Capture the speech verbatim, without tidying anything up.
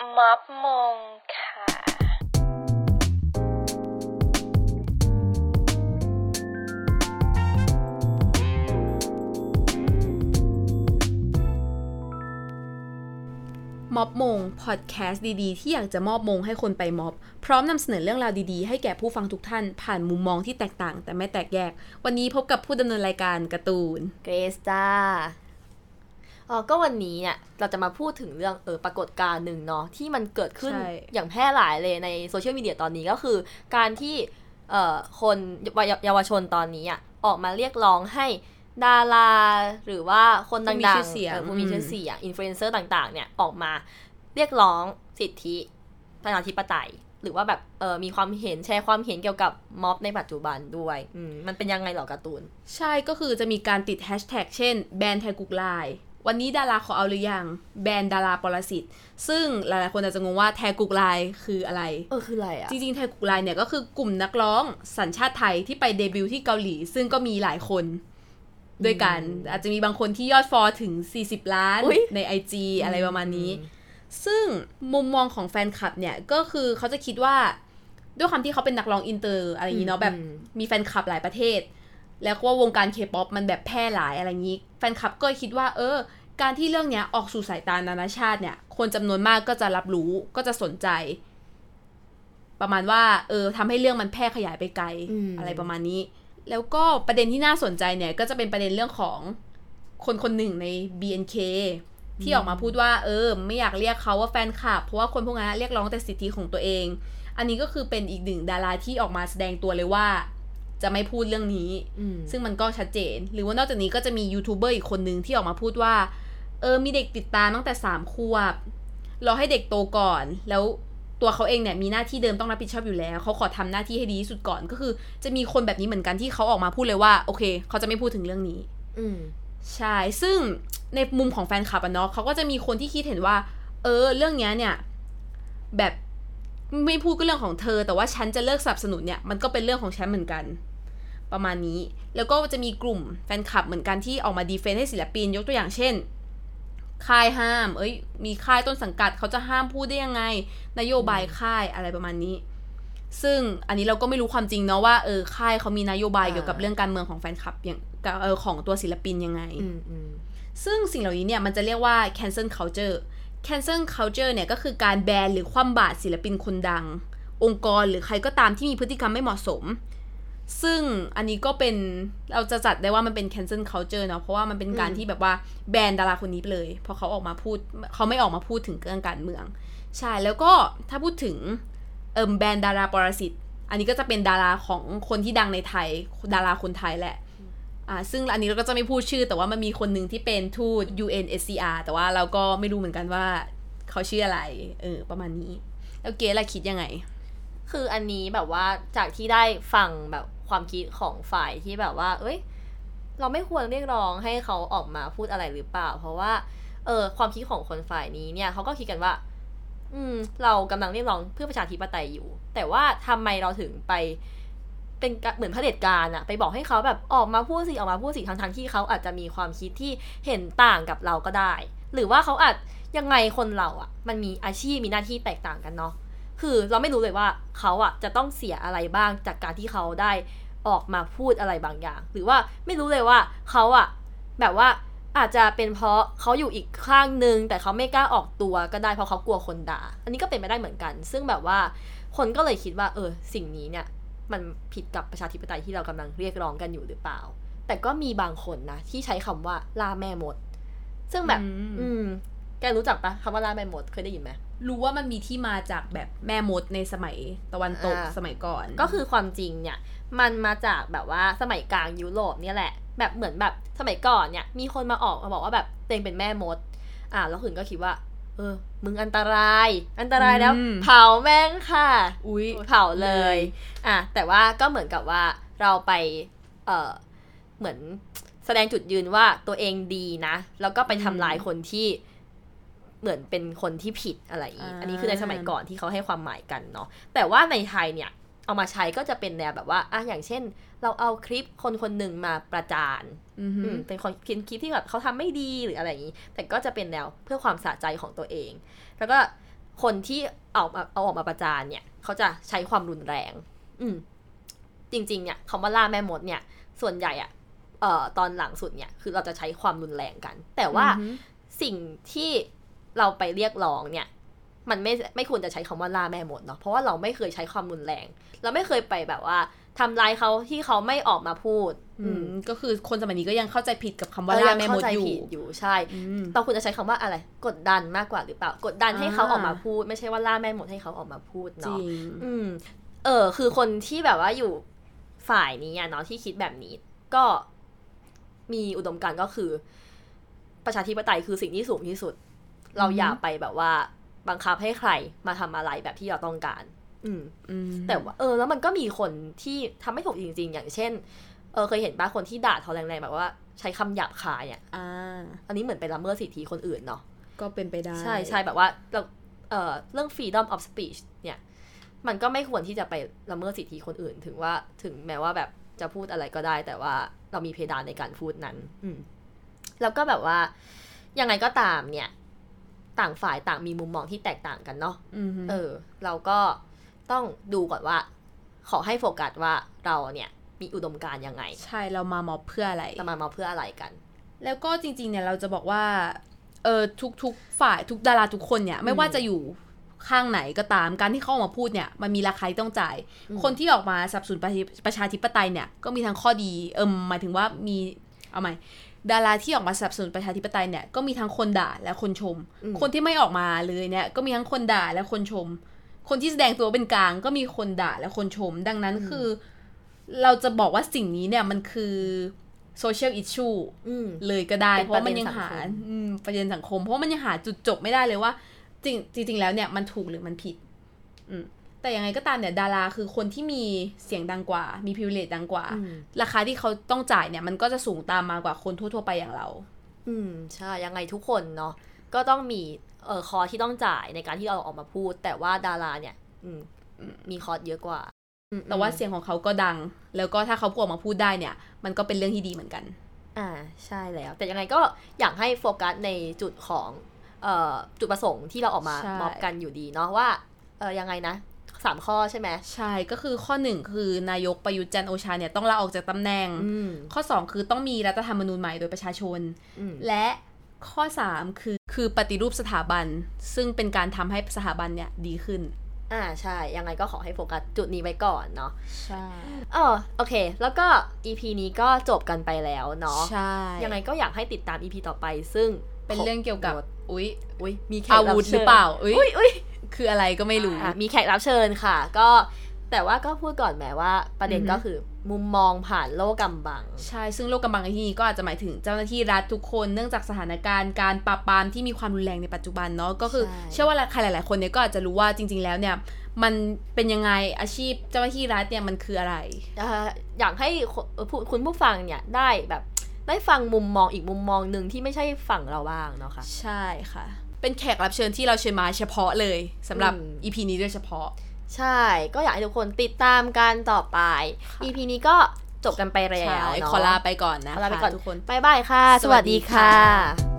ม็อบมงค่ะม็อบมงพอดแคสต์ดีๆที่อยากจะมอบมงให้คนไปม็อบพร้อมนำเสนอเรื่องราวดีๆให้แก่ผู้ฟังทุกท่านผ่านมุมมองที่แตกต่างแต่ไม่แตกแยกวันนี้พบกับผู้ดำเนินรายการการ์ตูนเกรซจ้าอ๋อก็วันนี้เนี่ยเราจะมาพูดถึงเรื่องเออปรากฏการณ์หนึ่งเนาะที่มันเกิดขึ้นอย่างแพร่หลายเลยในโซเชียลมีเดียตอนนี้ก็คือการที่เอ่อคนเยาวชนตอนนี้อ่ะออกมาเรียกร้องให้ดาราหรือว่าคนดังๆผู้มีชื่อเสียงอินฟลูเอนเซอร์ต่างๆเนี่ยออกมาเรียกร้องสิทธิประชาธิปไตยหรือว่าแบบเออมีความเห็นแชร์ความเห็นเกี่ยวกับม็อบในปัจจุบันด้วยอืมมันเป็นยังไงหรอการ์ตูนใช่ก็คือจะมีการติดแฮชแท็กเช่นแบนไทยกุกไลน์วันนี้ดาราขอเอาหรือยังแบนดาราปรสิตซึ่งหลายๆคนอาจจะงงว่าแทกุกไลน์คืออะไรเออคืออะไรอ่ะจริงๆแทกุกไลน์เนี่ยก็คือกลุ่มนักร้องสัญชาติไทยที่ไปเดบิวต์ที่เกาหลีซึ่งก็มีหลายคนด้วยกันอาจจะมีบางคนที่ยอดฟอลถึงสี่สิบล้านใน ไอ จี อะไรประมาณนี้ซึ่งมุมมองของแฟนคลับเนี่ยก็คือเขาจะคิดว่าด้วยความที่เขาเป็นนักร้องอินเตอร์อะไรอย่างนี้เนาะแบบมีแฟนคลับหลายประเทศแล้วก็วงการ K-pop มันแบบแพร่หลายอะไรอย่างนี้แฟนคลับก็คิดว่าเออการที่เรื่องนี้ออกสู่สายตานานาชาติเนี่ยคนจำนวนมากก็จะรับรู้ก็จะสนใจประมาณว่าเออทำให้เรื่องมันแพร่ขยายไปไกล อ, อะไรประมาณนี้แล้วก็ประเด็นที่น่าสนใจเนี่ยก็จะเป็นประเด็นเรื่องของคนคนหนึ่งใน บี เอ็น เค ที่ออกมาพูดว่าเออไม่อยากเรียกเขาว่าแฟนคลับเพราะว่าคนพวกนั้นเรียกร้องแต่สิทธิของตัวเองอันนี้ก็คือเป็นอีกหนึ่งดาราที่ออกมาแสดงตัวเลยว่าจะไม่พูดเรื่องนี้ซึ่งมันก็ชัดเจนหรือว่านอกจากนี้ก็จะมียูทูบเบอร์อีกคนนึงที่ออกมาพูดว่าเออมีเด็กติดตามตั้งแต่สามขวบรอให้เด็กโตก่อนแล้วตัวเขาเองเนี่ยมีหน้าที่เดิมต้องรับผิดชอบอยู่แล้วเขาขอทำหน้าที่ให้ดีที่สุดก่อนก็คือจะมีคนแบบนี้เหมือนกันที่เขาออกมาพูดเลยว่าโอเคเขาจะไม่พูดถึงเรื่องนี้อืมใช่ซึ่งในมุมของแฟนคลับอะเนาะเขาก็จะมีคนที่คิดเห็นว่าเออเรื่องนี้เนี่ยแบบไม่พูดก็เรื่องของเธอแต่ว่าฉันจะเลิกสนับสนุนเนี่ยมันก็เป็นเรื่องของฉันเหมือนกันประมาณนี้แล้วก็จะมีกลุ่มแฟนคลับเหมือนกันที่ออกมาดีเฟนต์ให้ศิลปินยกตัวอย่างเช่นค่ายห้ามเอ้ยมีค่ายต้นสังกัดเขาจะห้ามพูดได้ยังไงนโยบายค่ายอะไรประมาณนี้ซึ่งอันนี้เราก็ไม่รู้ความจริงเนาะว่าเออค่ายเขามีนโยบายเกี่ยวกับเรื่องการเมืองของแฟนคลับอย่างเออของตัวศิลปินยังไงซึ่งสิ่งเหล่านี้เนี่ยมันจะเรียกว่า cancel culture cancel culture เนี่ยก็คือการแบนหรือคว่ำบาตรศิลปินคนดังองค์กรหรือใครก็ตามที่มีพฤติกรรมไม่เหมาะสมซึ่งอันนี้ก็เป็นเราจะจัดได้ว่ามันเป็น cancel culture เนาะเพราะว่ามันเป็นการที่แบบว่าแบนดาราคนนี้ไปเลยเพราะเขาออกมาพูดเขาไม่ออกมาพูดถึงเรื่องการเมืองใช่แล้วก็ถ้าพูดถึงเอิ่มแบนดาราปรสิตอันนี้ก็จะเป็นดาราของคนที่ดังในไทยดาราคนไทยแหละอ่าซึ่งอันนี้เราก็จะไม่พูดชื่อแต่ว่ามันมีคนนึงที่เป็นทูต ยู เอ็น เอส ซี อาร์ แต่ว่าเราก็ไม่รู้เหมือนกันว่าเขาชื่ออะไรเออประมาณนี้แล้วเก๋ล่ะคิดยังไงคืออันนี้แบบว่าจากที่ได้ฟังแบบความคิดของฝ่ายที่แบบว่าเอ้ยเราไม่ควรเรียกร้องให้เขาออกมาพูดอะไรหรือเปล่าเพราะว่าเออความคิดของคนฝ่ายนี้เนี่ยเขาก็คิดกันว่าอืมเรากำลังเรียกร้องเพื่อประชาธิปไตยอยู่แต่ว่าทำไมเราถึงไปเป็นเหมือนเผด็จการอะไปบอกให้เขาแบบออกมาพูดสิออกมาพูดสิทั้งๆที่เขาอาจจะมีความคิดที่เห็นต่างกับเราก็ได้หรือว่าเขาอาจยังไงคนเราอะมันมีอาชีพมีหน้าที่แตกต่างกันเนาะคือเราไม่รู้เลยว่าเขาอะจะต้องเสียอะไรบ้างจากการที่เขาได้ออกมาพูดอะไรบางอย่างหรือว่าไม่รู้เลยว่าเขาอะแบบว่าอาจจะเป็นเพราะเขาอยู่อีกข้างนึงแต่เขาไม่กล้าออกตัวก็ได้เพราะเขากลัวคนด่าอันนี้ก็เป็นไปได้เหมือนกันซึ่งแบบว่าคนก็เลยคิดว่าเออสิ่งนี้เนี่ยมันผิดกับประชาธิปไตยที่เรากำลังเรียกร้องกันอยู่หรือเปล่าแต่ก็มีบางคนนะที่ใช้คำว่าล่าแม่มดซึ่งแบบอืมแกรู้จักปะคำว่าล่าแม่มดเคยได้ยินไหมรู้ว่ามันมีที่มาจากแบบแม่มดในสมัยตะวันตกสมัยก่อนก็คือความจริงเนี่ยมันมาจากแบบว่าสมัยกลางยุโรปเนี่ยแหละแบบเหมือนแบบสมัยก่อนเนี่ยมีคนมาออกมาบอกว่าแบบตัวเองเป็นแม่มดอ่ะแล้วคนก็คิดว่าเออมึงอันตรายอันตรายแล้วเผาแม่งค่ะอุ๊ยเผาเลยอ่ะแต่ว่าก็เหมือนกับว่าเราไปเออเหมือนแสดงจุดยืนว่าตัวเองดีนะแล้วก็ไปทำลายคนที่เหมือนเป็นคนที่ผิดอะไรอย่างนี้ อันนี้คือในสมัยก่อนที่เขาให้ความหมายกันเนาะแต่ว่าในไทยเนี่ยเอามาใช้ก็จะเป็นแนวแบบว่าอ่ะอย่างเช่นเราเอาคลิปคนคนหนึ่งมาประจานเป็นคนคลิปที่แบบเขาทำไม่ดีหรืออะไรอย่างนี้แต่ก็จะเป็นแนวเพื่อความสะใจของตัวเองแล้วก็คนที่เอามาเอาออกมาประจานเนี่ยเขาจะใช้ความรุนแรงอืมจริงๆเนี่ยคำว่าล่าแม่มดเนี่ยส่วนใหญ่อะเอ่อตอนหลังสุดเนี่ยคือเราจะใช้ความรุนแรงกันแต่ว่าสิ่งที่เราไปเรียกร้องเนี่ยมันไม่ไม่ควรจะใช้คำว่าล่าแม่มดเนาะเพราะว่าเราไม่เคยใช้ความรุนแรงเราไม่เคยไปแบบว่าทำร้ายเขาที่เขาไม่ออกมาพูดอืมก็คือคนสมัยนี้ก็ยังเข้าใจผิดกับคำว่าล่าแม่มดอยู่อยู่ใช่เราควรจะใช้คำว่าอะไรกดดันมากกว่าหรือเปล่ากดดันให้เขาออกมาพูดไม่ใช่ว่าล่าแม่มดให้เขาออกมาพูดเนาะอืมเออคือคนที่แบบว่าอยู่ฝ่ายนี้เนาะที่คิดแบบนี้ก็มีอุดมการณ์ก็คือประชาธิปไตยคือสิ่งที่สูงที่สุดเราอย่าไปแบบว่าบังคับให้ใครมาทำอะไรแบบที่เราต้องการอืมแต่ว่าเออแล้วมันก็มีคนที่ทำไม่ถูกจริงๆอย่างเช่นเออเคยเห็นป่ะคนที่ด่าทอแรงๆแบบว่าใช้คำหยาบคายอ่ะอ่าอันนี้เหมือนไปละเมิดสิทธิคนอื่นเนาะก็เป็นไปได้ใช่ใช่แบบว่าเราเออเรื่อง freedom of speech เนี่ยมันก็ไม่ควรที่จะไปละเมิดสิทธิคนอื่นถึงว่าถึงแม้ว่าแบบจะพูดอะไรก็ได้แต่ว่าเรามีเพดานในการพูดนั้นอืมแล้วก็แบบว่ายังไงก็ตามเนี่ยต่างฝ่ายต่างมีมุมมองที่แตกต่างกันเนาะเออเราก็ต้องดูก่อนว่าขอให้โฟกัสว่าเราเนี่ยมีอุดมการณ์ยังไงใช่เรามาม็อบเพื่ออะไรเรามาม็อบเพื่ออะไรกันแล้วก็จริงๆเนี่ยเราจะบอกว่าเออทุกๆฝ่ายทุกดาราทุกคนเนี่ยไม่ว่าจะอยู่ข้างไหนก็ตามการที่เขาออกมาพูดเนี่ยมันมีราคาที่ต้องจ่ายคนที่ออกมาสนับสนุนประชาธิปไตยเนี่ยก็มีทั้งข้อดีเออหมายถึงว่ามีเอาใหม่ดาราที่ออกมาสนับสนุนประชาธิปไตยเนี่ยก็มีทั้งคนด่าและคนชมคนที่ไม่ออกมาเลยเนี่ยก็มีทั้งคนด่าและคนชมคนที่แสดงตัวเป็นกลางก็มีคนด่าและคนชมดังนั้นคือเราจะบอกว่าสิ่งนี้เนี่ยมันคือโซเชียลอิชชูเลยก็ได้เพราะมันยังหาประเด็นสังคมเพราะมันยังหาจุดจบไม่ได้เลยว่าจริงจริงๆแล้วเนี่ยมันถูกหรือมันผิดแต่ยังไงก็ตามเนี่ยดาราคือคนที่มีเสียงดังกว่ามี privilege ดังกว่าราคาที่เขาต้องจ่ายเนี่ยมันก็จะสูงตามมากว่าคนทั่วๆไปอย่างเราอืมใช่ยังไงทุกคนเนาะก็ต้องมีเอ่อคอที่ต้องจ่ายในการที่เราออกมาพูดแต่ว่าดาราเนี่ยอืมมีคอสเยอะกว่าแต่ว่าเสียงของเขาก็ดังแล้วก็ถ้าเขาพูดออกมาพูดได้เนี่ยมันก็เป็นเรื่องที่ดีเหมือนกันอ่าใช่แล้วแต่ยังไงก็อยากให้โฟกัสในจุดของเอ่อจุดประสงค์ที่เราออกมาม็อบกันอยู่ดีเนาะว่าเออยังไงนะสามข้อใช่ไหมใช่ก็คือข้อหนึ่งคือนายกประยุทธ์จันทร์โอชาเนี่ยต้องลาออกจากตำแหน่งข้อสองคือต้องมีรัฐธรรมนูญใหม่โดยประชาชนและข้อสามคือคือปฏิรูปสถาบันซึ่งเป็นการทำให้สถาบันเนี่ยดีขึ้นอ่าใช่ยังไงก็ขอให้โฟกัสจุดนี้ไว้ก่อนเนาะใช่อ๋อโอเคแล้วก็ อี พี นี้ก็จบกันไปแล้วเนาะใช่ยังไงก็อยากให้ติดตาม อี พี ต่อไปซึ่งเป็นเรื่องเกี่ยวกับอุ๊ยอุ๊ยมีแขกรับเชิญหรือเปล่าอุ๊ยอุ๊ยคืออะไรก็ไม่รู้มีแขกรับเชิญค่ะก็แต่ว่าก็พูดก่อนแม้ว่าประเด็นก็คือมุมมองผ่านโลกกำบังใช่ซึ่งโลกกำบังในที่นี้ก็อาจจะหมายถึงเจ้าหน้าที่รัฐทุกคนเนื่องจากสถานการณ์การปราบปรามที่มีความรุนแรงในปัจจุบันเนาะก็คือเชื่อว่าใครหลายๆคนเนี่ยก็อาจจะรู้ว่าจริงๆแล้วเนี่ยมันเป็นยังไงอาชีพเจ้าหน้าที่รัฐเนี่ยมันคืออะไรอยากให้คุณผู้ฟังเนี่ยได้แบบได้ฟังมุมมองอีกมุมมองนึงที่ไม่ใช่ฝั่งเราบ้างเนาะค่ะใช่ค่ะเป็นแขกรับเชิญที่เราเชิญมาเฉพาะเลยสำหรับ อี พี นี้โดยเฉพาะใช่ก็อยากให้ทุกคนติดตามกันต่อไป อี พี นี้ก็จบกันไปแล้วเนาะขอลาไปก่อนนะขอลาไปก่อนทุกคนบ๊ายบายค่ะสวัสดีค่ะ